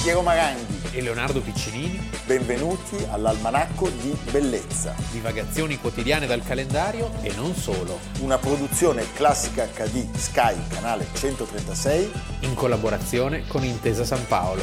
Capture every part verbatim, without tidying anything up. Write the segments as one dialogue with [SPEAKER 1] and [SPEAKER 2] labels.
[SPEAKER 1] Piero Maranghi
[SPEAKER 2] e Leonardo Piccinini.
[SPEAKER 1] Benvenuti all'Almanacco di Bellezza.
[SPEAKER 2] Divagazioni quotidiane dal calendario e non solo.
[SPEAKER 1] Una produzione Classica acca di Sky, canale centotrentasei.
[SPEAKER 2] In collaborazione con Intesa San Paolo.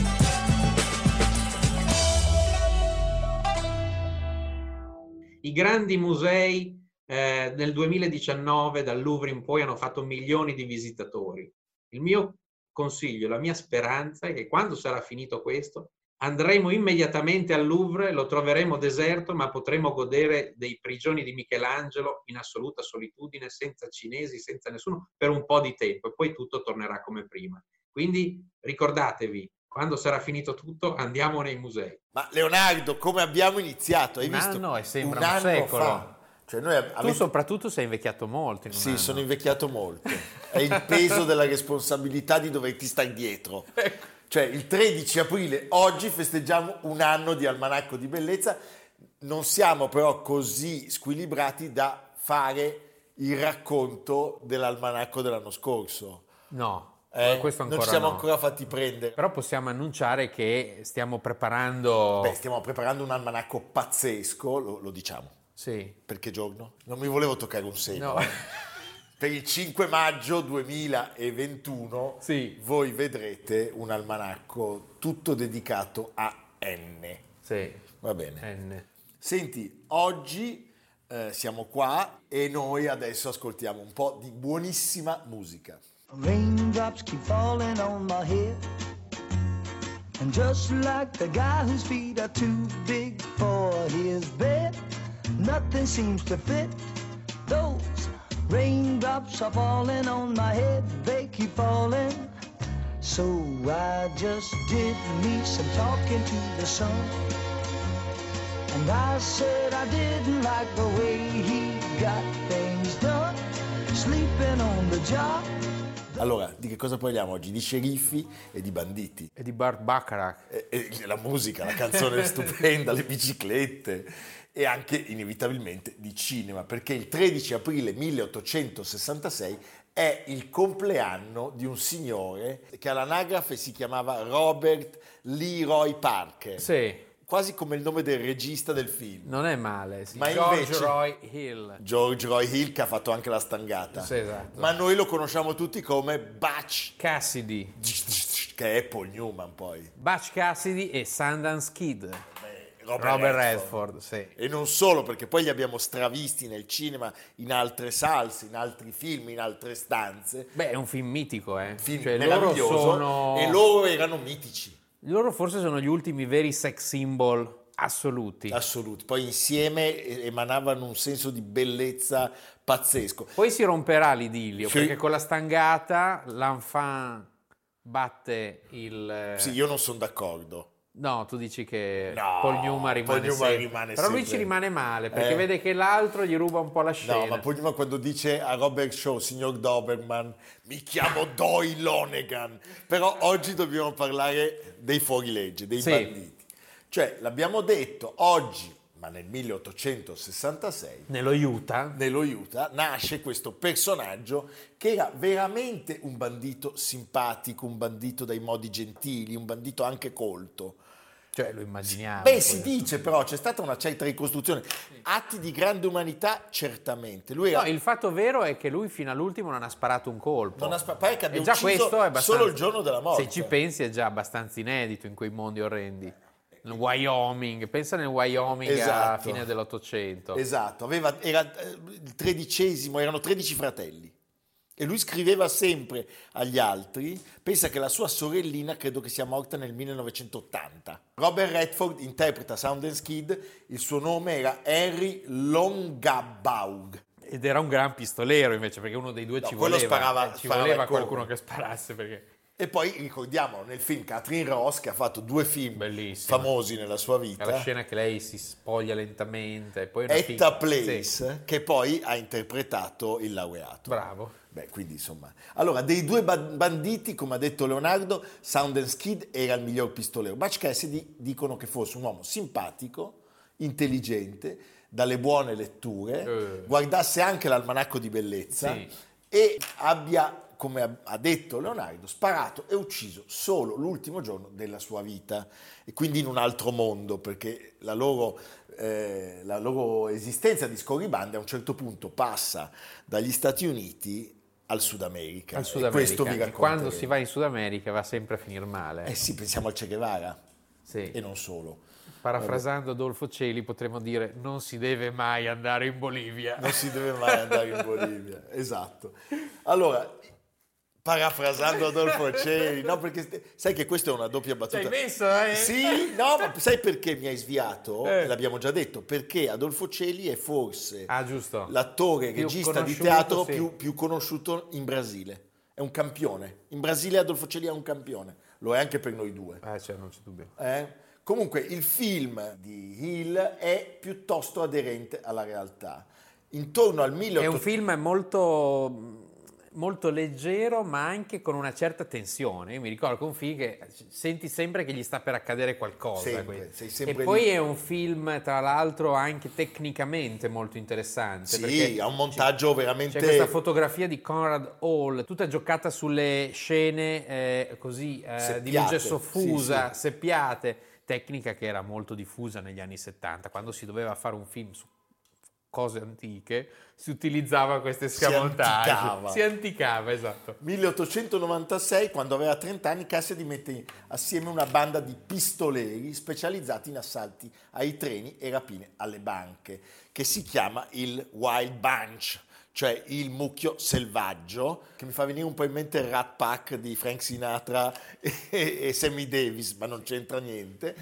[SPEAKER 2] I grandi musei eh, nel duemiladiciannove dal Louvre in poi hanno fatto milioni di visitatori. Il mio consiglio, la mia speranza è che quando sarà finito questo andremo immediatamente al Louvre, lo troveremo deserto, ma potremo godere dei prigioni di Michelangelo in assoluta solitudine, senza cinesi, senza nessuno, per un po' di tempo, e poi tutto tornerà come prima. Quindi ricordatevi, quando sarà finito tutto andiamo nei musei.
[SPEAKER 1] Ma Leonardo, come abbiamo iniziato? Hai
[SPEAKER 2] un
[SPEAKER 1] visto?
[SPEAKER 2] anno e sembra
[SPEAKER 1] un,
[SPEAKER 2] un
[SPEAKER 1] anno
[SPEAKER 2] secolo.
[SPEAKER 1] Fa. Cioè noi
[SPEAKER 2] avete...
[SPEAKER 1] avete...
[SPEAKER 2] Tu soprattutto sei invecchiato molto in un
[SPEAKER 1] Sì,
[SPEAKER 2] anno.
[SPEAKER 1] sono invecchiato molto. È il peso della responsabilità di doverti stare dietro.
[SPEAKER 2] Ecco.
[SPEAKER 1] Cioè il tredici aprile, oggi festeggiamo un anno di Almanacco di Bellezza. Non siamo però così squilibrati da fare il racconto dell'almanacco dell'anno scorso.
[SPEAKER 2] No,
[SPEAKER 1] eh,
[SPEAKER 2] questo ancora
[SPEAKER 1] non ci siamo
[SPEAKER 2] no.
[SPEAKER 1] ancora fatti prendere.
[SPEAKER 2] Però possiamo annunciare che stiamo preparando...
[SPEAKER 1] Beh, stiamo preparando un almanacco pazzesco, lo, lo diciamo.
[SPEAKER 2] Sì.
[SPEAKER 1] Per che giorno? Non mi volevo toccare un seno.
[SPEAKER 2] No.
[SPEAKER 1] Eh. Per il cinque maggio duemilaventuno
[SPEAKER 2] sì.
[SPEAKER 1] voi vedrete un almanacco tutto dedicato a N.
[SPEAKER 2] Sì.
[SPEAKER 1] Va bene.
[SPEAKER 2] N.
[SPEAKER 1] Senti, oggi eh, siamo qua e noi adesso ascoltiamo un po' di buonissima musica.
[SPEAKER 3] Raindrops keep falling on my head, and just like the guy whose feet are too big for his bed, nothing seems to fit. Those raindrops are falling on my head, they keep falling. So I just did me some talking to the sun, and I said I didn't like the way he got things done, sleeping on the job.
[SPEAKER 1] Allora, di che cosa parliamo oggi? Di sceriffi e di banditi.
[SPEAKER 2] E di Burt Bacharach.
[SPEAKER 1] E, e la musica, la canzone stupenda, le biciclette e anche inevitabilmente di cinema, perché il tredici aprile milleottocentosessantasei è il compleanno di un signore che all'anagrafe si chiamava Robert Leroy Parker.
[SPEAKER 2] Sì.
[SPEAKER 1] Quasi come il nome del regista del film.
[SPEAKER 2] Non è male, sì.
[SPEAKER 1] Ma
[SPEAKER 2] George
[SPEAKER 1] invece,
[SPEAKER 2] Roy Hill.
[SPEAKER 1] George Roy Hill, che ha fatto anche La Stangata.
[SPEAKER 2] Sì, esatto.
[SPEAKER 1] Ma noi lo conosciamo tutti come Butch
[SPEAKER 2] Cassidy.
[SPEAKER 1] che è Paul Newman poi.
[SPEAKER 2] Butch Cassidy e Sundance Kid.
[SPEAKER 1] Beh, Robert,
[SPEAKER 2] Robert
[SPEAKER 1] Redford.
[SPEAKER 2] Redford, sì.
[SPEAKER 1] E non solo, perché poi li abbiamo stravisti nel cinema, in altre salse, in altri film, in altre stanze.
[SPEAKER 2] Beh, è un film mitico, eh.
[SPEAKER 1] Film
[SPEAKER 2] cioè,
[SPEAKER 1] meraviglioso.
[SPEAKER 2] Loro sono...
[SPEAKER 1] E loro erano mitici.
[SPEAKER 2] Loro forse sono gli ultimi veri sex symbol assoluti.
[SPEAKER 1] Assoluti. Poi insieme emanavano un senso di bellezza pazzesco.
[SPEAKER 2] Poi si romperà l'idillio,
[SPEAKER 1] sì.
[SPEAKER 2] perché con La Stangata l'enfant batte il...
[SPEAKER 1] Sì, io non sono d'accordo.
[SPEAKER 2] No, tu dici che
[SPEAKER 1] no,
[SPEAKER 2] Paul Newman rimane,
[SPEAKER 1] Paul Newman
[SPEAKER 2] sempre.
[SPEAKER 1] rimane
[SPEAKER 2] Però
[SPEAKER 1] sempre.
[SPEAKER 2] lui ci rimane male, perché
[SPEAKER 1] eh.
[SPEAKER 2] vede che l'altro gli ruba un po' la scena.
[SPEAKER 1] No, ma Paul Newman quando dice a Robert Shaw, signor Doberman, mi chiamo Doyle Lonergan. Però oggi dobbiamo parlare dei fuorilegge, dei
[SPEAKER 2] sì.
[SPEAKER 1] banditi. Cioè, l'abbiamo detto, oggi, ma nel milleottocentosessantasei,
[SPEAKER 2] nello Utah,
[SPEAKER 1] nello Utah nasce questo personaggio che era veramente un bandito simpatico, un bandito dai modi gentili, un bandito anche colto.
[SPEAKER 2] Cioè, lo immaginiamo.
[SPEAKER 1] Beh, si dice però, c'è stata una certa ricostruzione. Atti di grande umanità, certamente. Lui era...
[SPEAKER 2] No, il fatto vero è che lui fino all'ultimo non ha sparato un colpo.
[SPEAKER 1] Non ha sparato, pare che abbia
[SPEAKER 2] e già
[SPEAKER 1] ucciso
[SPEAKER 2] questo è abbastanza...
[SPEAKER 1] solo il giorno della morte.
[SPEAKER 2] Se ci pensi è già abbastanza inedito in quei mondi orrendi. Nel Wyoming, pensa nel Wyoming
[SPEAKER 1] esatto.
[SPEAKER 2] alla fine dell'Ottocento.
[SPEAKER 1] Esatto, aveva, era il tredicesimo, erano tredici fratelli. E lui scriveva sempre agli altri, pensa che la sua sorellina credo che sia morta nel millenovecentottanta. Robert Redford interpreta Sundance Kid, il suo nome era Henry Longabaugh.
[SPEAKER 2] Ed era un gran pistolero invece, perché uno dei due
[SPEAKER 1] no,
[SPEAKER 2] ci voleva,
[SPEAKER 1] sparava,
[SPEAKER 2] eh, ci
[SPEAKER 1] sparava
[SPEAKER 2] voleva qualcuno che sparasse. Perché...
[SPEAKER 1] E poi ricordiamo nel film Catherine Ross, che ha fatto due film
[SPEAKER 2] bellissimo,
[SPEAKER 1] famosi nella sua vita.
[SPEAKER 2] La scena che lei si spoglia lentamente. E poi una
[SPEAKER 1] Etta
[SPEAKER 2] figa...
[SPEAKER 1] Place,
[SPEAKER 2] sì.
[SPEAKER 1] che poi ha interpretato il laureato.
[SPEAKER 2] Bravo.
[SPEAKER 1] Beh, quindi insomma... Allora, dei due banditi, come ha detto Leonardo, Sundance Kid era il miglior pistolero. Butch Cassidy dicono che fosse un uomo simpatico, intelligente, dalle buone letture,
[SPEAKER 2] uh.
[SPEAKER 1] guardasse anche l'almanacco di bellezza
[SPEAKER 2] sì.
[SPEAKER 1] e abbia come ha, ha detto Leonardo, sparato e ucciso solo l'ultimo giorno della sua vita, e quindi in un altro mondo, perché la loro, eh, la loro esistenza di scorribande a un certo punto passa dagli Stati Uniti al Sud America.
[SPEAKER 4] Al Sud
[SPEAKER 1] e
[SPEAKER 4] America.
[SPEAKER 1] questo vi
[SPEAKER 4] E
[SPEAKER 1] racconteremo.
[SPEAKER 4] quando si va in Sud America va sempre a finire male.
[SPEAKER 1] Eh sì, pensiamo al Che Guevara,
[SPEAKER 4] Sì.
[SPEAKER 1] e non solo.
[SPEAKER 4] Parafrasando Adolfo Celi potremmo dire non si deve mai andare in Bolivia.
[SPEAKER 1] Non si deve mai andare in Bolivia, esatto. Allora, parafrasando Adolfo Celi, no, perché sai che questa è una doppia battuta.
[SPEAKER 4] Ci hai messo, eh?
[SPEAKER 1] Sì, no, ma sai perché mi hai sviato?
[SPEAKER 4] Eh.
[SPEAKER 1] L'abbiamo già detto, perché Adolfo Celi è forse
[SPEAKER 4] Ah, giusto.
[SPEAKER 1] l'attore,
[SPEAKER 4] Più
[SPEAKER 1] regista di
[SPEAKER 4] conosciuto,
[SPEAKER 1] teatro
[SPEAKER 4] sì.
[SPEAKER 1] più, più conosciuto in Brasile. È un campione. In Brasile Adolfo Celi è un campione. Lo è anche per noi due.
[SPEAKER 4] Eh, cioè, non c'è dubbio.
[SPEAKER 1] Eh? Comunque il film di Hill è piuttosto aderente alla realtà. Intorno al
[SPEAKER 4] È
[SPEAKER 1] milleottocento...
[SPEAKER 4] un film molto, molto leggero, ma anche con una certa tensione. Io mi ricordo che è un film che senti sempre che gli sta per accadere qualcosa.
[SPEAKER 1] Sempre,
[SPEAKER 4] quindi.
[SPEAKER 1] sei sempre
[SPEAKER 4] e poi
[SPEAKER 1] lì.
[SPEAKER 4] è un film, tra l'altro, anche tecnicamente molto interessante.
[SPEAKER 1] Sì,
[SPEAKER 4] perché
[SPEAKER 1] ha un montaggio veramente...
[SPEAKER 4] c'è questa fotografia di Conrad Hall, tutta giocata sulle scene eh, così eh,
[SPEAKER 1] Seppiate,
[SPEAKER 4] di luce soffusa,
[SPEAKER 1] sì, sì.
[SPEAKER 4] seppiate, tecnica che era molto diffusa negli anni settanta, quando si doveva fare un film su cose antiche, si utilizzava queste scamontage.
[SPEAKER 1] anticava.
[SPEAKER 4] Si anticava, esatto.
[SPEAKER 1] milleottocentonovantasei, quando aveva trenta anni, Cassidy mette assieme una banda di pistoleri specializzati in assalti ai treni e rapine alle banche, che si chiama il Wild Bunch, cioè il mucchio selvaggio, che mi fa venire un po' in mente il Rat Pack di Frank Sinatra e, e Sammy Davis, ma non c'entra niente.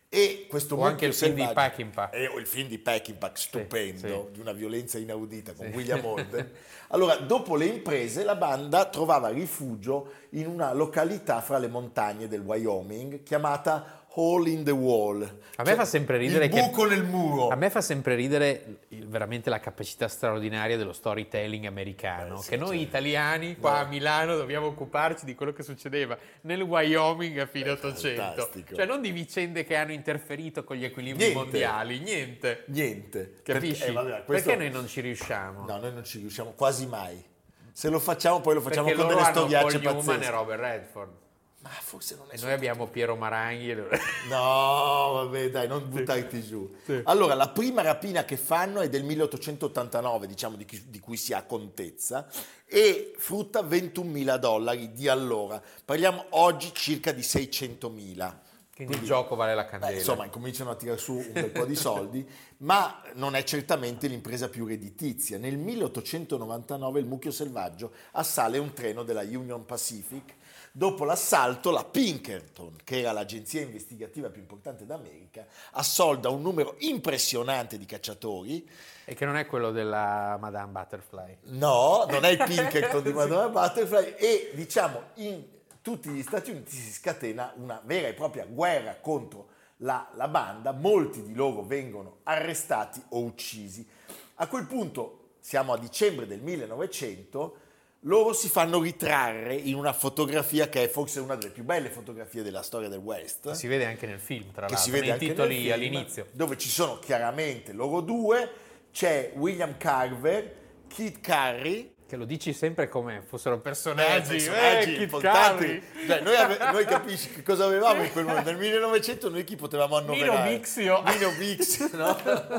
[SPEAKER 1] E questo
[SPEAKER 4] O anche il film di
[SPEAKER 1] selvaggio-
[SPEAKER 4] Peckinpah.
[SPEAKER 1] e il film di Peckinpah, stupendo,
[SPEAKER 4] sì.
[SPEAKER 1] di una violenza inaudita, con
[SPEAKER 4] Sì.
[SPEAKER 1] William Holden. Allora, dopo le imprese, la banda trovava rifugio in una località fra le montagne del Wyoming chiamata Hole in the Wall.
[SPEAKER 4] A me fa sempre ridere
[SPEAKER 1] il
[SPEAKER 4] che-
[SPEAKER 1] buco nel muro.
[SPEAKER 4] A me fa sempre ridere il- veramente la capacità straordinaria dello storytelling americano,
[SPEAKER 1] Beh, sì,
[SPEAKER 4] che noi
[SPEAKER 1] certo.
[SPEAKER 4] italiani qua
[SPEAKER 1] No.
[SPEAKER 4] a Milano dobbiamo occuparci di quello che succedeva nel Wyoming a fine
[SPEAKER 1] Beh,
[SPEAKER 4] Ottocento.
[SPEAKER 1] fantastico.
[SPEAKER 4] Cioè non di vicende che hanno interferito con gli equilibri
[SPEAKER 1] Niente.
[SPEAKER 4] mondiali, niente.
[SPEAKER 1] Niente.
[SPEAKER 4] Capisci?
[SPEAKER 1] Perché, eh, vabbè, questo-
[SPEAKER 4] Perché noi non ci riusciamo?
[SPEAKER 1] No, noi non ci riusciamo quasi mai. Se lo facciamo, poi lo facciamo
[SPEAKER 4] Perché
[SPEAKER 1] con
[SPEAKER 4] loro
[SPEAKER 1] delle
[SPEAKER 4] hanno
[SPEAKER 1] storiacce
[SPEAKER 4] Paul Newman
[SPEAKER 1] pazzesche.
[SPEAKER 4] e Robert Redford.
[SPEAKER 1] Ma forse non è
[SPEAKER 4] E
[SPEAKER 1] solo-
[SPEAKER 4] noi abbiamo Piero Maranghi. e-
[SPEAKER 1] No, vabbè, dai, non buttarti giù. Allora, la prima rapina che fanno è del milleottocentottantanove, diciamo, di, chi- di cui si ha contezza, e frutta ventunomila dollari di allora. Parliamo oggi circa di seicentomila.
[SPEAKER 4] Quindi il gioco vale la candela.
[SPEAKER 1] Beh, insomma, incominciano a tirare su un bel po' di soldi, ma non è certamente l'impresa più redditizia. Nel milleottocentonovantanove il mucchio selvaggio assale un treno della Union Pacific. Dopo l'assalto, la Pinkerton, che era l'agenzia investigativa più importante d'America, assolda un numero impressionante di cacciatori.
[SPEAKER 4] E che non è quello della Madame Butterfly.
[SPEAKER 1] No, non è il Pinkerton di Madonna Butterfly, e diciamo in tutti gli Stati Uniti si scatena una vera e propria guerra contro la, la banda, molti di loro vengono arrestati o uccisi. A quel punto, siamo a dicembre del millenovecento, loro si fanno ritrarre in una fotografia che è forse una delle più belle fotografie della storia del West.
[SPEAKER 4] Si vede anche nel film, tra
[SPEAKER 1] che
[SPEAKER 4] l'altro,
[SPEAKER 1] si vede
[SPEAKER 4] nei
[SPEAKER 1] anche
[SPEAKER 4] titoli
[SPEAKER 1] nel film,
[SPEAKER 4] all'inizio.
[SPEAKER 1] dove ci sono chiaramente loro due, c'è William Carver, Kid Curry,
[SPEAKER 4] Che lo dici sempre come fossero personaggi,
[SPEAKER 1] Eh, personaggi
[SPEAKER 4] eh, Kid
[SPEAKER 1] importanti.
[SPEAKER 4] Curry.
[SPEAKER 1] Cioè, noi, ave- noi capisci che cosa avevamo in quel momento? Nel millenovecento noi chi potevamo annoverare?
[SPEAKER 4] Nino Bixio.
[SPEAKER 1] Nino Bixio, no?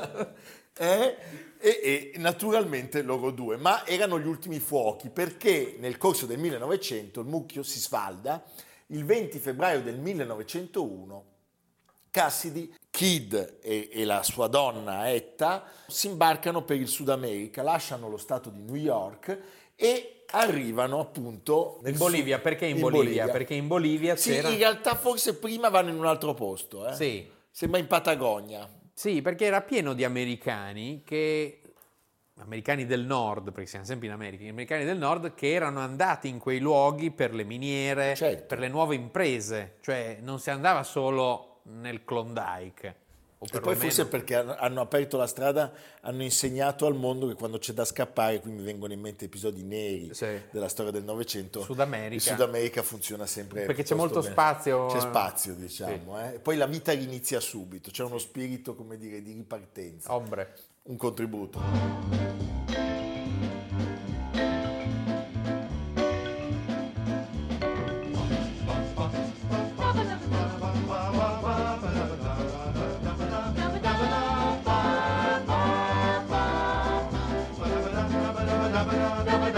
[SPEAKER 1] Eh? E, e naturalmente loro due, ma erano gli ultimi fuochi, perché nel corso del millenovecento il mucchio si sfalda. Il venti febbraio del millenovecentouno Cassidy, Kid e, e la sua donna Etta si imbarcano per il Sud America, lasciano lo stato di New York e arrivano appunto nel
[SPEAKER 4] In Bolivia,
[SPEAKER 1] sud-
[SPEAKER 4] perché in, Bolivia? Perché in Bolivia
[SPEAKER 1] Sì,
[SPEAKER 4] c'era...
[SPEAKER 1] in realtà forse prima vanno in un altro posto, eh?
[SPEAKER 4] Sì.
[SPEAKER 1] Sembra in Patagonia.
[SPEAKER 4] Sì, perché era pieno di americani che... americani del nord, perché siamo sempre in America, gli americani del nord che erano andati in quei luoghi per le miniere,
[SPEAKER 1] Certo.
[SPEAKER 4] per le nuove imprese, cioè non si andava solo nel Klondike. O
[SPEAKER 1] E poi
[SPEAKER 4] perlomeno-
[SPEAKER 1] forse perché hanno- hanno aperto la strada, hanno insegnato al mondo che quando c'è da scappare, qui mi vengono in mente episodi neri
[SPEAKER 4] Sì.
[SPEAKER 1] della storia del Novecento,
[SPEAKER 4] Sud America.
[SPEAKER 1] il Sud America funziona sempre
[SPEAKER 4] Perché c'è
[SPEAKER 1] piuttosto
[SPEAKER 4] molto
[SPEAKER 1] bene.
[SPEAKER 4] spazio.
[SPEAKER 1] C'è spazio, diciamo. Eh? E poi la vita inizia subito, c'è uno spirito, come dire, di ripartenza,
[SPEAKER 4] Ombre.
[SPEAKER 1] un contributo.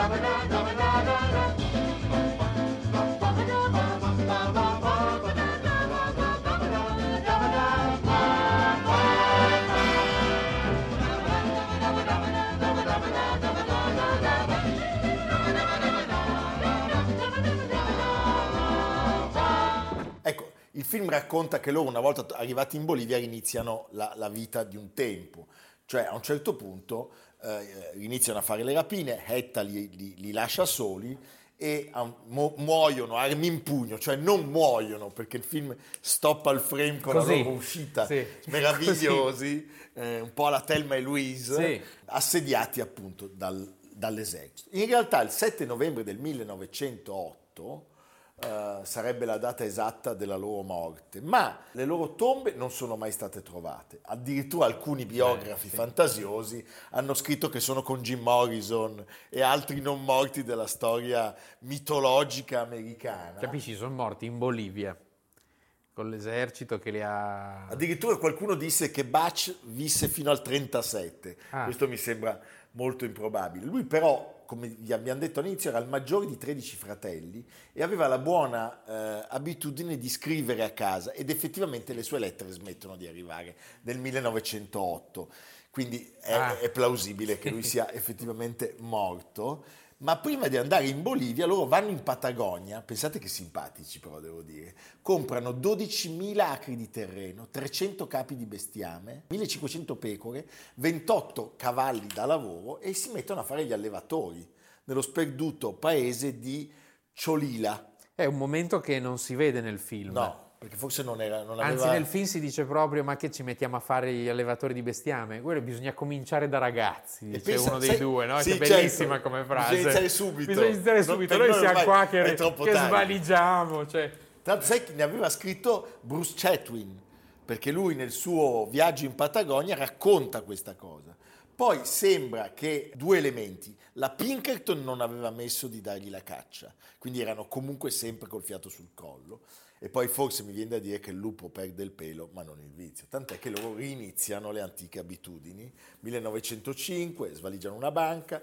[SPEAKER 1] Ecco, il film racconta che loro, una volta arrivati in Bolivia, iniziano la, la vita di un tempo. Cioè, a un certo punto eh, iniziano a fare le rapine, Hetta li, li, li lascia soli e um, mu- muoiono armi in pugno, cioè non muoiono, perché il film stoppa il frame con
[SPEAKER 4] Così,
[SPEAKER 1] la loro uscita,
[SPEAKER 4] sì,
[SPEAKER 1] meravigliosi, eh, un po' alla Thelma e Louise,
[SPEAKER 4] Sì.
[SPEAKER 1] assediati appunto dal, dall'esercito. In realtà il sette novembre del millenovecentootto Uh, sarebbe la data esatta della loro morte, ma le loro tombe non sono mai state trovate. Addirittura alcuni biografi
[SPEAKER 4] eh, sì.
[SPEAKER 1] fantasiosi hanno scritto che sono con Jim Morrison e altri non morti della storia mitologica americana.
[SPEAKER 4] Capisci, sono morti in Bolivia con l'esercito che li ha...
[SPEAKER 1] Addirittura qualcuno disse che Bach visse fino al trentasette.
[SPEAKER 4] Ah.
[SPEAKER 1] Questo mi sembra molto improbabile. Lui però, come vi abbiamo detto all'inizio, era il maggiore di tredici fratelli e aveva la buona eh, abitudine di scrivere a casa, ed effettivamente le sue lettere smettono di arrivare nel millenovecentootto, quindi è,
[SPEAKER 4] Ah.
[SPEAKER 1] è plausibile che lui sia effettivamente morto. Ma prima di andare in Bolivia loro vanno in Patagonia, pensate che simpatici però devo dire, comprano dodicimila acri di terreno, trecento capi di bestiame, millecinquecento pecore, ventotto cavalli da lavoro e si mettono a fare gli allevatori nello sperduto paese di Cholila.
[SPEAKER 4] È un momento che non si vede nel film.
[SPEAKER 1] No, perché forse non era... Non
[SPEAKER 4] Anzi,
[SPEAKER 1] aveva...
[SPEAKER 4] nel film si dice proprio: ma che ci mettiamo a fare gli allevatori di bestiame? Quello bisogna cominciare da ragazzi,
[SPEAKER 1] E
[SPEAKER 4] dice
[SPEAKER 1] pensa-
[SPEAKER 4] uno dei
[SPEAKER 1] sai-
[SPEAKER 4] due, no?
[SPEAKER 1] sì,
[SPEAKER 4] Che bellissima
[SPEAKER 1] certo.
[SPEAKER 4] come frase.
[SPEAKER 1] Bisogna iniziare subito.
[SPEAKER 4] Bisogna iniziare
[SPEAKER 1] Non-
[SPEAKER 4] subito.
[SPEAKER 1] per
[SPEAKER 4] Noi
[SPEAKER 1] noi
[SPEAKER 4] siamo
[SPEAKER 1] ormai
[SPEAKER 4] qua che,
[SPEAKER 1] è troppo
[SPEAKER 4] che
[SPEAKER 1] tardi.
[SPEAKER 4] svaligiamo. Cioè.
[SPEAKER 1] Tra l'altro sai chi ne aveva scritto? Bruce Chatwin, perché lui nel suo viaggio in Patagonia racconta questa cosa. Poi sembra che due elementi: la Pinkerton non aveva messo di dargli la caccia, quindi erano comunque sempre col fiato sul collo, e poi forse mi viene da dire che il lupo perde il pelo ma non il vizio, tant'è che loro riniziano le antiche abitudini. millenovecentocinque svaligiano una banca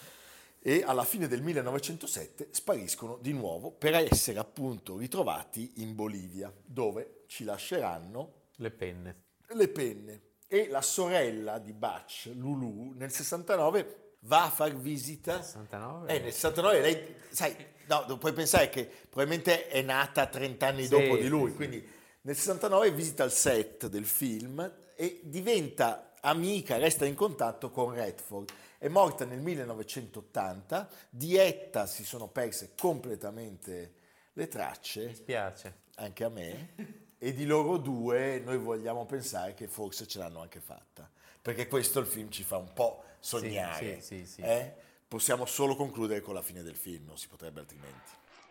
[SPEAKER 1] e alla fine del millenovecentosette spariscono di nuovo per essere appunto ritrovati in Bolivia, dove ci lasceranno
[SPEAKER 4] Le penne.
[SPEAKER 1] le penne. E la sorella di Bach, Lulu, nel sessantanove va a far visita.
[SPEAKER 4] sessantanove?
[SPEAKER 1] Eh, nel sessantanove lei, sai, no, puoi pensare che probabilmente è nata trent'anni
[SPEAKER 4] Sì,
[SPEAKER 1] dopo di
[SPEAKER 4] sì,
[SPEAKER 1] lui,
[SPEAKER 4] sì.
[SPEAKER 1] quindi nel sessantanove visita il set del film e diventa amica, resta in contatto con Redford. È morta nel millenovecentottanta, di Hetta si sono perse completamente le tracce,
[SPEAKER 4] Mi spiace.
[SPEAKER 1] anche a me, e di loro due noi vogliamo pensare che forse ce l'hanno anche fatta, perché questo il film ci fa un po' sognare.
[SPEAKER 4] Sì, sì, sì, sì.
[SPEAKER 1] eh? Possiamo solo concludere con la fine del film, non si potrebbe altrimenti.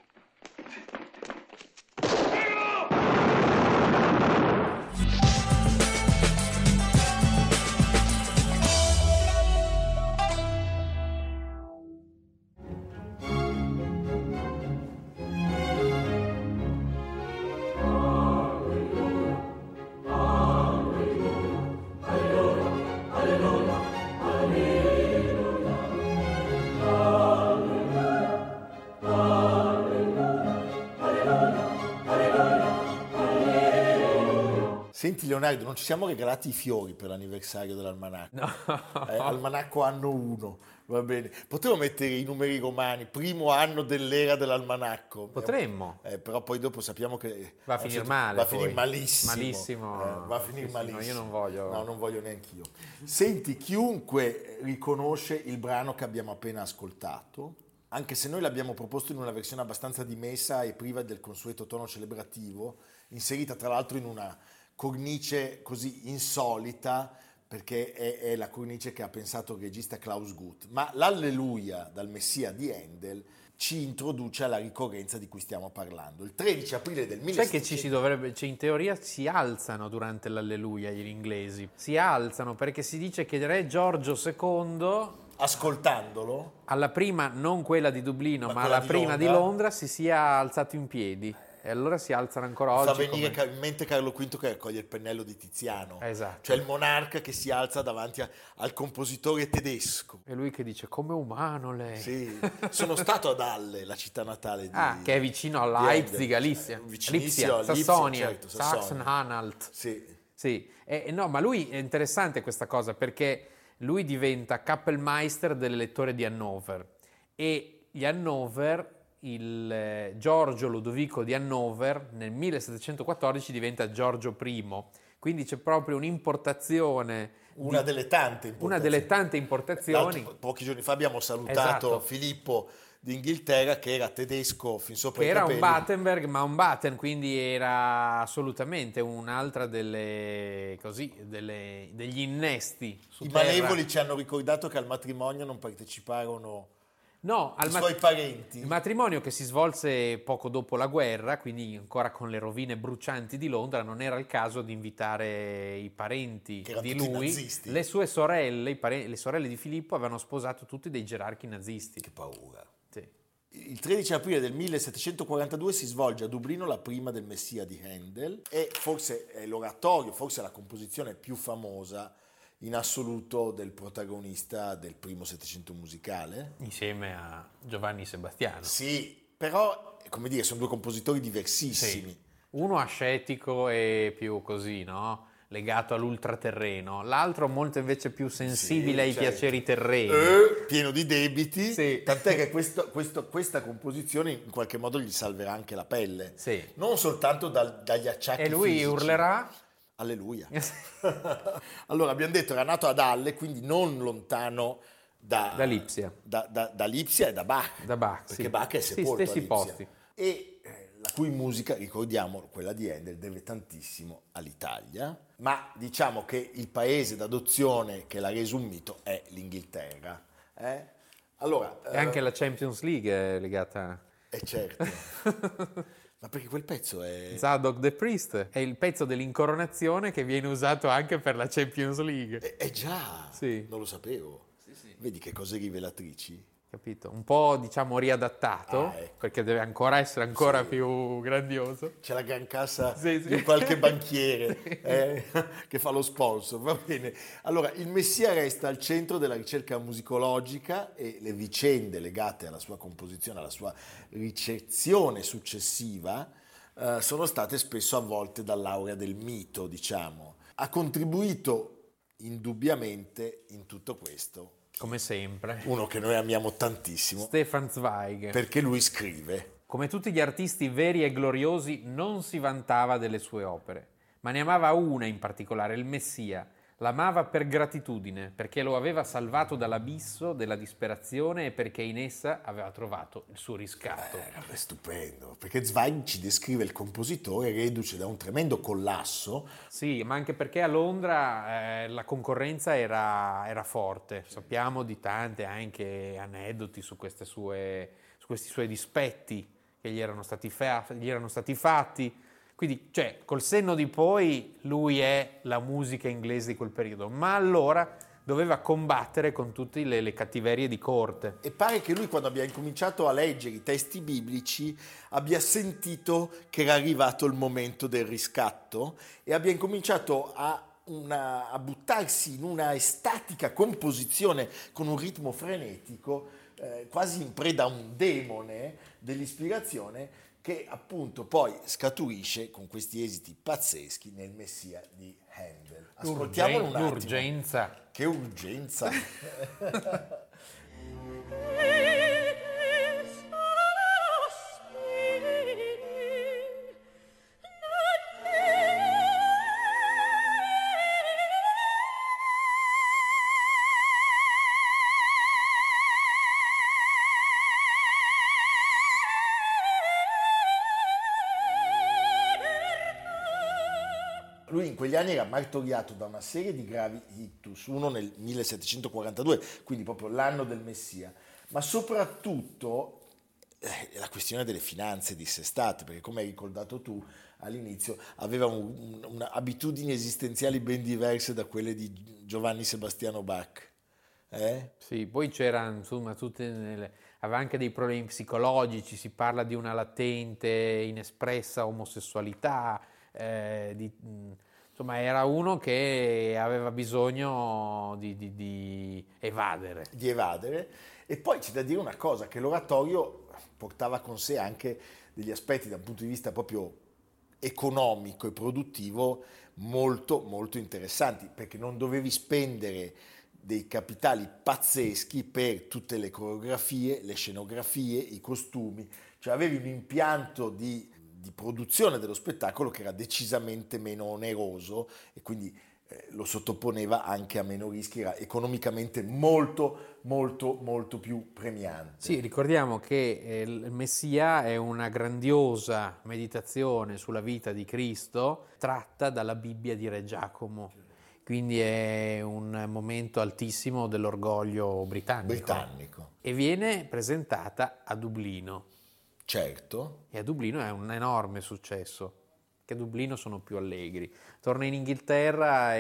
[SPEAKER 1] Senti Leonardo, non ci siamo regalati i fiori per l'anniversario dell'almanacco.
[SPEAKER 4] No.
[SPEAKER 1] Eh, almanacco anno uno, va bene. Potevo mettere i numeri romani, primo anno dell'era dell'almanacco.
[SPEAKER 4] Potremmo.
[SPEAKER 1] Eh, però poi dopo sappiamo che...
[SPEAKER 4] Va a finire
[SPEAKER 1] eh,
[SPEAKER 4] male
[SPEAKER 1] Va a
[SPEAKER 4] poi.
[SPEAKER 1] finire malissimo.
[SPEAKER 4] Malissimo.
[SPEAKER 1] Eh, va a finire
[SPEAKER 4] Sì, sì, no,
[SPEAKER 1] malissimo.
[SPEAKER 4] io non voglio.
[SPEAKER 1] No, non voglio neanch'io. Senti, chiunque riconosce il brano che abbiamo appena ascoltato, anche se noi l'abbiamo proposto in una versione abbastanza dimessa e priva del consueto tono celebrativo, inserita tra l'altro in una cornice così insolita, perché è, è la cornice che ha pensato il regista Klaus Guth, ma l'Alleluia dal Messia di Handel ci introduce alla ricorrenza di cui stiamo parlando. Il tredici aprile del
[SPEAKER 4] Sai
[SPEAKER 1] millesettecento...
[SPEAKER 4] che ci si dovrebbe, cioè in teoria si alzano durante l'alleluia gli inglesi, si alzano perché si dice che il re Giorgio secondo,
[SPEAKER 1] ascoltandolo,
[SPEAKER 4] alla prima, non quella di Dublino,
[SPEAKER 1] Ma
[SPEAKER 4] ma,
[SPEAKER 1] quella
[SPEAKER 4] alla
[SPEAKER 1] di
[SPEAKER 4] prima
[SPEAKER 1] Londra?
[SPEAKER 4] di Londra, si sia alzato in piedi. e allora si alzano ancora
[SPEAKER 1] Fa
[SPEAKER 4] oggi.
[SPEAKER 1] venire
[SPEAKER 4] come-
[SPEAKER 1] in mente Carlo quinto che raccoglie il pennello di Tiziano.
[SPEAKER 4] Esatto.
[SPEAKER 1] Cioè il monarca che si alza davanti a- al compositore tedesco.
[SPEAKER 4] E lui che dice come umano lei.
[SPEAKER 1] Sì, sono stato ad Halle, la città natale di
[SPEAKER 4] Ah, che è vicino a
[SPEAKER 1] di
[SPEAKER 4] Leipzig,
[SPEAKER 1] Handel.
[SPEAKER 4] a Lipsia,
[SPEAKER 1] Vicinissimo a
[SPEAKER 4] Lipsia,
[SPEAKER 1] Lipsia,
[SPEAKER 4] Sassonia,
[SPEAKER 1] certo, Sassonia.
[SPEAKER 4] Sachsen-Anhalt.
[SPEAKER 1] Sì.
[SPEAKER 4] Sì, e, no, ma lui è interessante questa cosa perché lui diventa Kapellmeister dell'elettore di Hannover e gli Hannover, il eh, Giorgio Ludovico di Hannover nel millesettecentoquattordici diventa Giorgio I, quindi c'è proprio un'importazione,
[SPEAKER 1] Una
[SPEAKER 4] di-
[SPEAKER 1] delle tante importazioni.
[SPEAKER 4] una delle tante importazioni.
[SPEAKER 1] L'altro- pochi giorni fa abbiamo salutato
[SPEAKER 4] Esatto.
[SPEAKER 1] Filippo d'Inghilterra che era tedesco fin sopra
[SPEAKER 4] Che
[SPEAKER 1] i
[SPEAKER 4] era un
[SPEAKER 1] capelli.
[SPEAKER 4] Battenberg, ma un Batten, quindi era assolutamente un'altra delle, così, delle- degli innesti su
[SPEAKER 1] I
[SPEAKER 4] terra.
[SPEAKER 1] malevoli ci hanno ricordato che al matrimonio non parteciparono
[SPEAKER 4] No, al
[SPEAKER 1] i
[SPEAKER 4] mat-
[SPEAKER 1] suoi parenti.
[SPEAKER 4] il matrimonio che si svolse poco dopo la guerra, quindi ancora con le rovine brucianti di Londra, non era il caso di invitare i parenti
[SPEAKER 1] Che erano
[SPEAKER 4] di
[SPEAKER 1] tutti
[SPEAKER 4] lui.
[SPEAKER 1] nazisti.
[SPEAKER 4] Le sue sorelle, i pare- le sorelle di Filippo, avevano sposato tutti dei gerarchi nazisti.
[SPEAKER 1] Che paura.
[SPEAKER 4] Sì.
[SPEAKER 1] Il tredici aprile del millesettecentoquarantadue si svolge a Dublino la prima del Messia di Handel e forse è l'oratorio, forse è la composizione più famosa in assoluto del protagonista del primo Settecento musicale.
[SPEAKER 4] Insieme a Giovanni Sebastiano.
[SPEAKER 1] Sì, però, come dire, sono due compositori diversissimi.
[SPEAKER 4] Sì. Uno ascetico e più così, no? Legato all'ultraterreno, l'altro molto invece più sensibile
[SPEAKER 1] Sì,
[SPEAKER 4] ai
[SPEAKER 1] certo.
[SPEAKER 4] piaceri terreni.
[SPEAKER 1] Eh, pieno di debiti,
[SPEAKER 4] Sì.
[SPEAKER 1] tant'è che questo- questo- questa composizione in qualche modo gli salverà anche la pelle.
[SPEAKER 4] Sì.
[SPEAKER 1] Non soltanto dal- dagli acciacchi
[SPEAKER 4] E lui
[SPEAKER 1] fisici.
[SPEAKER 4] urlerà?
[SPEAKER 1] Alleluia. Allora, abbiamo detto, era nato ad Halle, quindi non lontano da,
[SPEAKER 4] Da Lipsia.
[SPEAKER 1] da, da- da Lipsia e da Bach.
[SPEAKER 4] Da Bach,
[SPEAKER 1] perché
[SPEAKER 4] sì.
[SPEAKER 1] Bach è
[SPEAKER 4] Sì,
[SPEAKER 1] sepolto
[SPEAKER 4] stessi
[SPEAKER 1] a Lipsia.
[SPEAKER 4] posti.
[SPEAKER 1] E eh, la cui musica, ricordiamo, quella di Handel, deve tantissimo all'Italia, ma diciamo che il paese d'adozione che l'ha reso un mito è l'Inghilterra. eh? Allora,
[SPEAKER 4] E anche la Champions League è legata
[SPEAKER 1] è certo. Ma perché quel pezzo è...
[SPEAKER 4] Zadok the Priest, è il pezzo dell'incoronazione che viene usato anche per la Champions League.
[SPEAKER 1] È, è già,
[SPEAKER 4] Sì.
[SPEAKER 1] non lo sapevo. Vedi che cose rivelatrici.
[SPEAKER 4] Capito? Un po' diciamo riadattato,
[SPEAKER 1] Ah, ecco.
[SPEAKER 4] perché deve ancora essere ancora
[SPEAKER 1] Sì.
[SPEAKER 4] più grandioso.
[SPEAKER 1] C'è la gran cassa
[SPEAKER 4] Sì, sì.
[SPEAKER 1] di qualche banchiere eh, che fa lo sponsor, va bene. Allora, il Messia resta al centro della ricerca musicologica e le vicende legate alla sua composizione, alla sua ricezione successiva, eh, sono state spesso avvolte dall'aura del mito, diciamo. Ha contribuito indubbiamente in tutto questo
[SPEAKER 4] Come sempre.
[SPEAKER 1] uno che noi amiamo tantissimo,
[SPEAKER 4] Stefan Zweig.
[SPEAKER 1] perché lui scrive.
[SPEAKER 4] Come tutti gli artisti veri e gloriosi, non si vantava delle sue opere, ma ne amava una in particolare, il Messia. L'amava per gratitudine, perché lo aveva salvato dall'abisso della disperazione e perché in essa aveva trovato il suo riscatto.
[SPEAKER 1] Eh, è stupendo, perché Zweig ci descrive il compositore reduce da un tremendo collasso.
[SPEAKER 4] Sì, ma anche perché a Londra eh, la concorrenza era, era forte. Sappiamo di tante anche aneddoti su, queste sue, su questi suoi dispetti che gli erano stati, fa- gli erano stati fatti. Quindi, cioè, col senno di poi, lui è la musica inglese di quel periodo, ma allora doveva combattere con tutte le, le cattiverie di corte.
[SPEAKER 1] E pare che lui, quando abbia incominciato a leggere i testi biblici, abbia sentito che era arrivato il momento del riscatto e abbia incominciato a, una, a buttarsi in una estatica composizione con un ritmo frenetico, eh, quasi in preda a un demone dell'ispirazione, che appunto poi scaturisce con questi esiti pazzeschi nel Messia di Handel. Ascoltiamolo un attimo.
[SPEAKER 4] L'urgenza.
[SPEAKER 1] Che urgenza! Lui in quegli anni era martoriato da una serie di gravi ictus, uno nel millesettecentoquarantadue, quindi proprio l'anno del Messia, ma soprattutto eh, la questione delle finanze dissestate, perché come hai ricordato tu all'inizio, aveva un, un, abitudini esistenziali ben diverse da quelle di Giovanni Sebastiano Bach. Eh?
[SPEAKER 4] Sì, poi c'era, insomma, tutte nelle, aveva anche dei problemi psicologici, si parla di una latente, inespressa omosessualità, eh, di, mh, insomma era uno che aveva bisogno di, di- di evadere.
[SPEAKER 1] Di evadere. E poi c'è da dire una cosa, che l'oratorio portava con sé anche degli aspetti da un punto di vista proprio economico e produttivo molto molto interessanti, perché non dovevi spendere dei capitali pazzeschi per tutte le coreografie, le scenografie, i costumi, cioè avevi un impianto di, di produzione dello spettacolo che era decisamente meno oneroso e quindi eh, lo sottoponeva anche a meno rischi, era economicamente molto molto molto più premiante.
[SPEAKER 4] Sì, ricordiamo che eh, il Messia è una grandiosa meditazione sulla vita di Cristo tratta dalla Bibbia di Re Giacomo, quindi è un momento altissimo dell'orgoglio britannico.
[SPEAKER 1] Britannico,
[SPEAKER 4] E viene presentata a Dublino,
[SPEAKER 1] certo.
[SPEAKER 4] e a Dublino è un enorme successo, che a Dublino sono più allegri. Torna in Inghilterra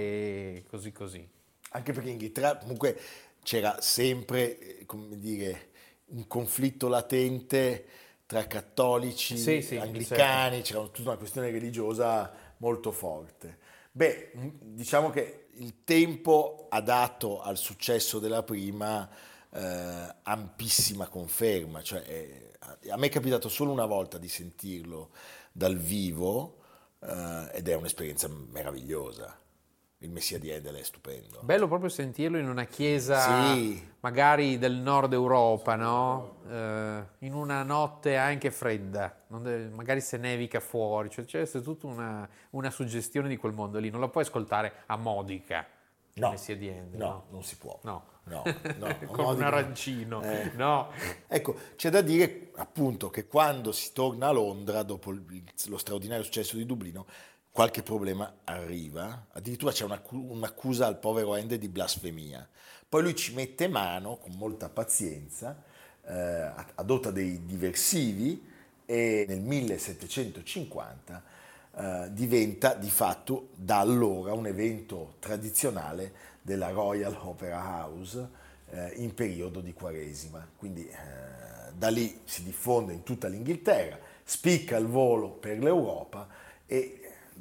[SPEAKER 4] e così così.
[SPEAKER 1] Anche perché in Inghilterra comunque c'era sempre, eh, come dire, un conflitto latente tra cattolici,
[SPEAKER 4] Sì, sì,
[SPEAKER 1] anglicani, c'era tutta una questione religiosa molto forte. Beh, mh, diciamo che il tempo ha dato al successo della prima eh, ampissima conferma, cioè, eh, a me è capitato solo una volta di sentirlo dal vivo eh, ed è un'esperienza meravigliosa. Il Messia di Handel è stupendo.
[SPEAKER 4] Bello proprio sentirlo in una chiesa
[SPEAKER 1] Sì.
[SPEAKER 4] magari del nord Europa, no? Eh, in una notte anche fredda, non deve- magari se nevica fuori, cioè c'è tutta una, una suggestione di quel mondo lì, non la puoi ascoltare a Modica, il
[SPEAKER 1] No,
[SPEAKER 4] Messia di Handel,
[SPEAKER 1] no,
[SPEAKER 4] no?
[SPEAKER 1] non si può.
[SPEAKER 4] No.
[SPEAKER 1] No, no,
[SPEAKER 4] Con
[SPEAKER 1] no,
[SPEAKER 4] un
[SPEAKER 1] dico-
[SPEAKER 4] arancino,
[SPEAKER 1] Eh.
[SPEAKER 4] no?
[SPEAKER 1] Ecco, c'è da dire appunto che quando si torna a Londra, dopo il- lo straordinario successo di Dublino, qualche problema arriva, addirittura c'è un'accu- un'accusa al povero Handel di blasfemia. Poi lui ci mette mano con molta pazienza, eh, adotta dei diversivi e nel millesettecentocinquanta eh, diventa di fatto da allora un evento tradizionale della Royal Opera House eh, in periodo di Quaresima. Quindi eh, da lì si diffonde in tutta l'Inghilterra, spicca il volo per l'Europa e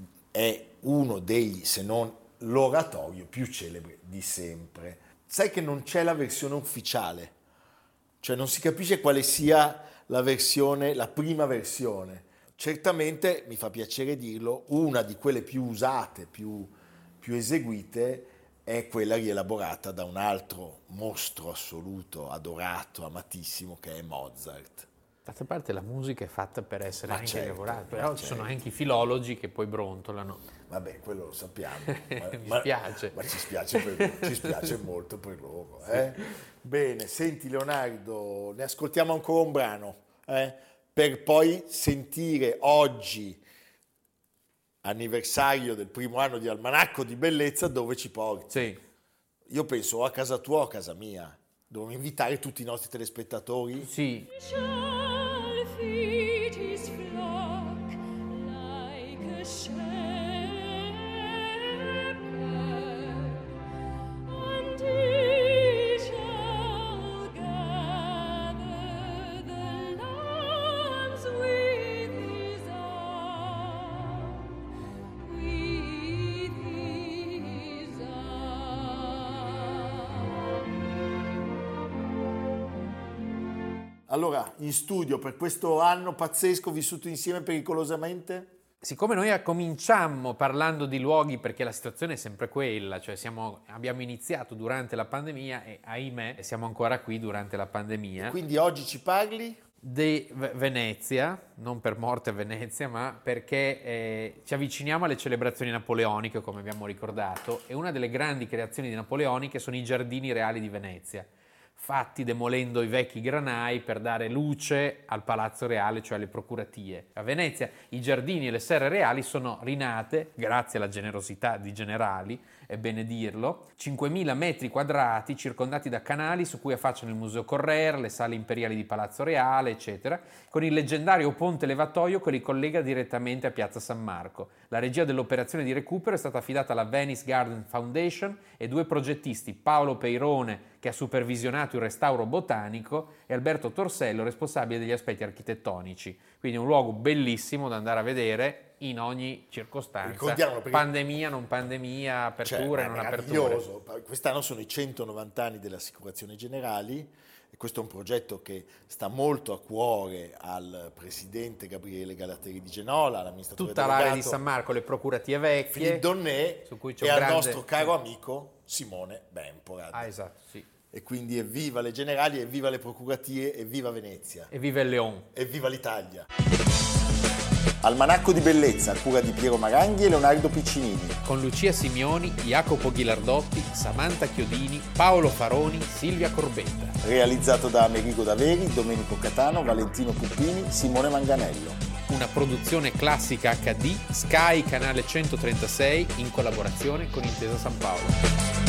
[SPEAKER 1] è uno degli, se non l'oratorio più celebre di sempre. Sai che non c'è la versione ufficiale, cioè non si capisce quale sia la versione, la prima versione. Certamente, mi fa piacere dirlo, una di quelle più usate, più, più eseguite, è quella rielaborata da un altro mostro assoluto, adorato, amatissimo, che è Mozart.
[SPEAKER 4] D'altra parte la musica è fatta per essere
[SPEAKER 1] Ma
[SPEAKER 4] anche
[SPEAKER 1] certo,
[SPEAKER 4] lavorata,
[SPEAKER 1] ma
[SPEAKER 4] però ci sono
[SPEAKER 1] certo.
[SPEAKER 4] anche i filologi che poi brontolano.
[SPEAKER 1] Vabbè, quello lo sappiamo.
[SPEAKER 4] Mi spiace.
[SPEAKER 1] Ma ci spiace, per, ci spiace molto per loro. Eh? Bene, senti Leonardo, ne ascoltiamo ancora un brano, eh? Per poi sentire oggi, anniversario del primo anno di Almanacco di Bellezza, dove ci porti.
[SPEAKER 4] Sì.
[SPEAKER 1] Io penso o a casa tua o a casa mia. Dobbiamo invitare tutti i nostri telespettatori.
[SPEAKER 4] Sì,
[SPEAKER 5] Shall feed his flock like a shepherd, and he shall gather the lambs with his arm, with his arm.
[SPEAKER 1] Allora, in studio per questo anno pazzesco vissuto insieme pericolosamente?
[SPEAKER 4] siccome noi cominciamo parlando di luoghi perché la situazione è sempre quella, cioè siamo, abbiamo iniziato durante la pandemia e ahimè siamo ancora qui durante la pandemia.
[SPEAKER 1] Quindi oggi ci parli?
[SPEAKER 4] Di V- Venezia, non per morte a Venezia, ma perché eh, ci avviciniamo alle celebrazioni napoleoniche, come abbiamo ricordato, e una delle grandi creazioni di napoleoniche sono i giardini reali di Venezia, fatti demolendo i vecchi granai per dare luce al palazzo reale, cioè alle procuratie. A Venezia i giardini e le serre reali sono rinate, grazie alla generosità di generali, è bene dirlo, cinquemila metri quadrati circondati da canali su cui affacciano il Museo Correr, le sale imperiali di Palazzo Reale, eccetera, con il leggendario ponte levatoio che li collega direttamente a Piazza San Marco. La regia dell'operazione di recupero è stata affidata alla Venice Garden Foundation e due progettisti, Paolo Peirone, che ha supervisionato il restauro botanico, e Alberto Torsello, responsabile degli aspetti architettonici. Quindi un luogo bellissimo da andare a vedere in ogni circostanza,
[SPEAKER 1] Ricordiamolo, perché-
[SPEAKER 4] pandemia, non pandemia, aperture,
[SPEAKER 1] Cioè,
[SPEAKER 4] non
[SPEAKER 1] è
[SPEAKER 4] aperture.
[SPEAKER 1] meraviglioso. Quest'anno sono i centonovanta anni delle assicurazioni generali e questo è un progetto che sta molto a cuore al presidente Gabriele Galateri di Genola, all'amministratore
[SPEAKER 4] Tutta l'area di
[SPEAKER 1] delegato
[SPEAKER 4] San Marco, le procuratie vecchie,
[SPEAKER 1] Philippe Donnet
[SPEAKER 4] su cui c'è
[SPEAKER 1] e
[SPEAKER 4] un
[SPEAKER 1] al
[SPEAKER 4] grande-
[SPEAKER 1] nostro caro amico Simone Bemporad.
[SPEAKER 4] Ah, esatto, sì.
[SPEAKER 1] E quindi evviva le generali, evviva le procuratie, evviva Venezia,
[SPEAKER 4] E vive il Leon.
[SPEAKER 1] evviva l'Italia. Almanacco di bellezza a cura di Piero Maranghi e Leonardo Piccinini.
[SPEAKER 4] Con Lucia Simioni, Jacopo Ghilardotti, Samantha Chiodini, Paolo Faroni, Silvia Corbetta.
[SPEAKER 1] Realizzato da Amerigo Daveri, Domenico Catano, Valentino Puppini, Simone Manganello.
[SPEAKER 4] Una produzione classica acca di Sky Canale centotrentasei in collaborazione con Intesa San Paolo.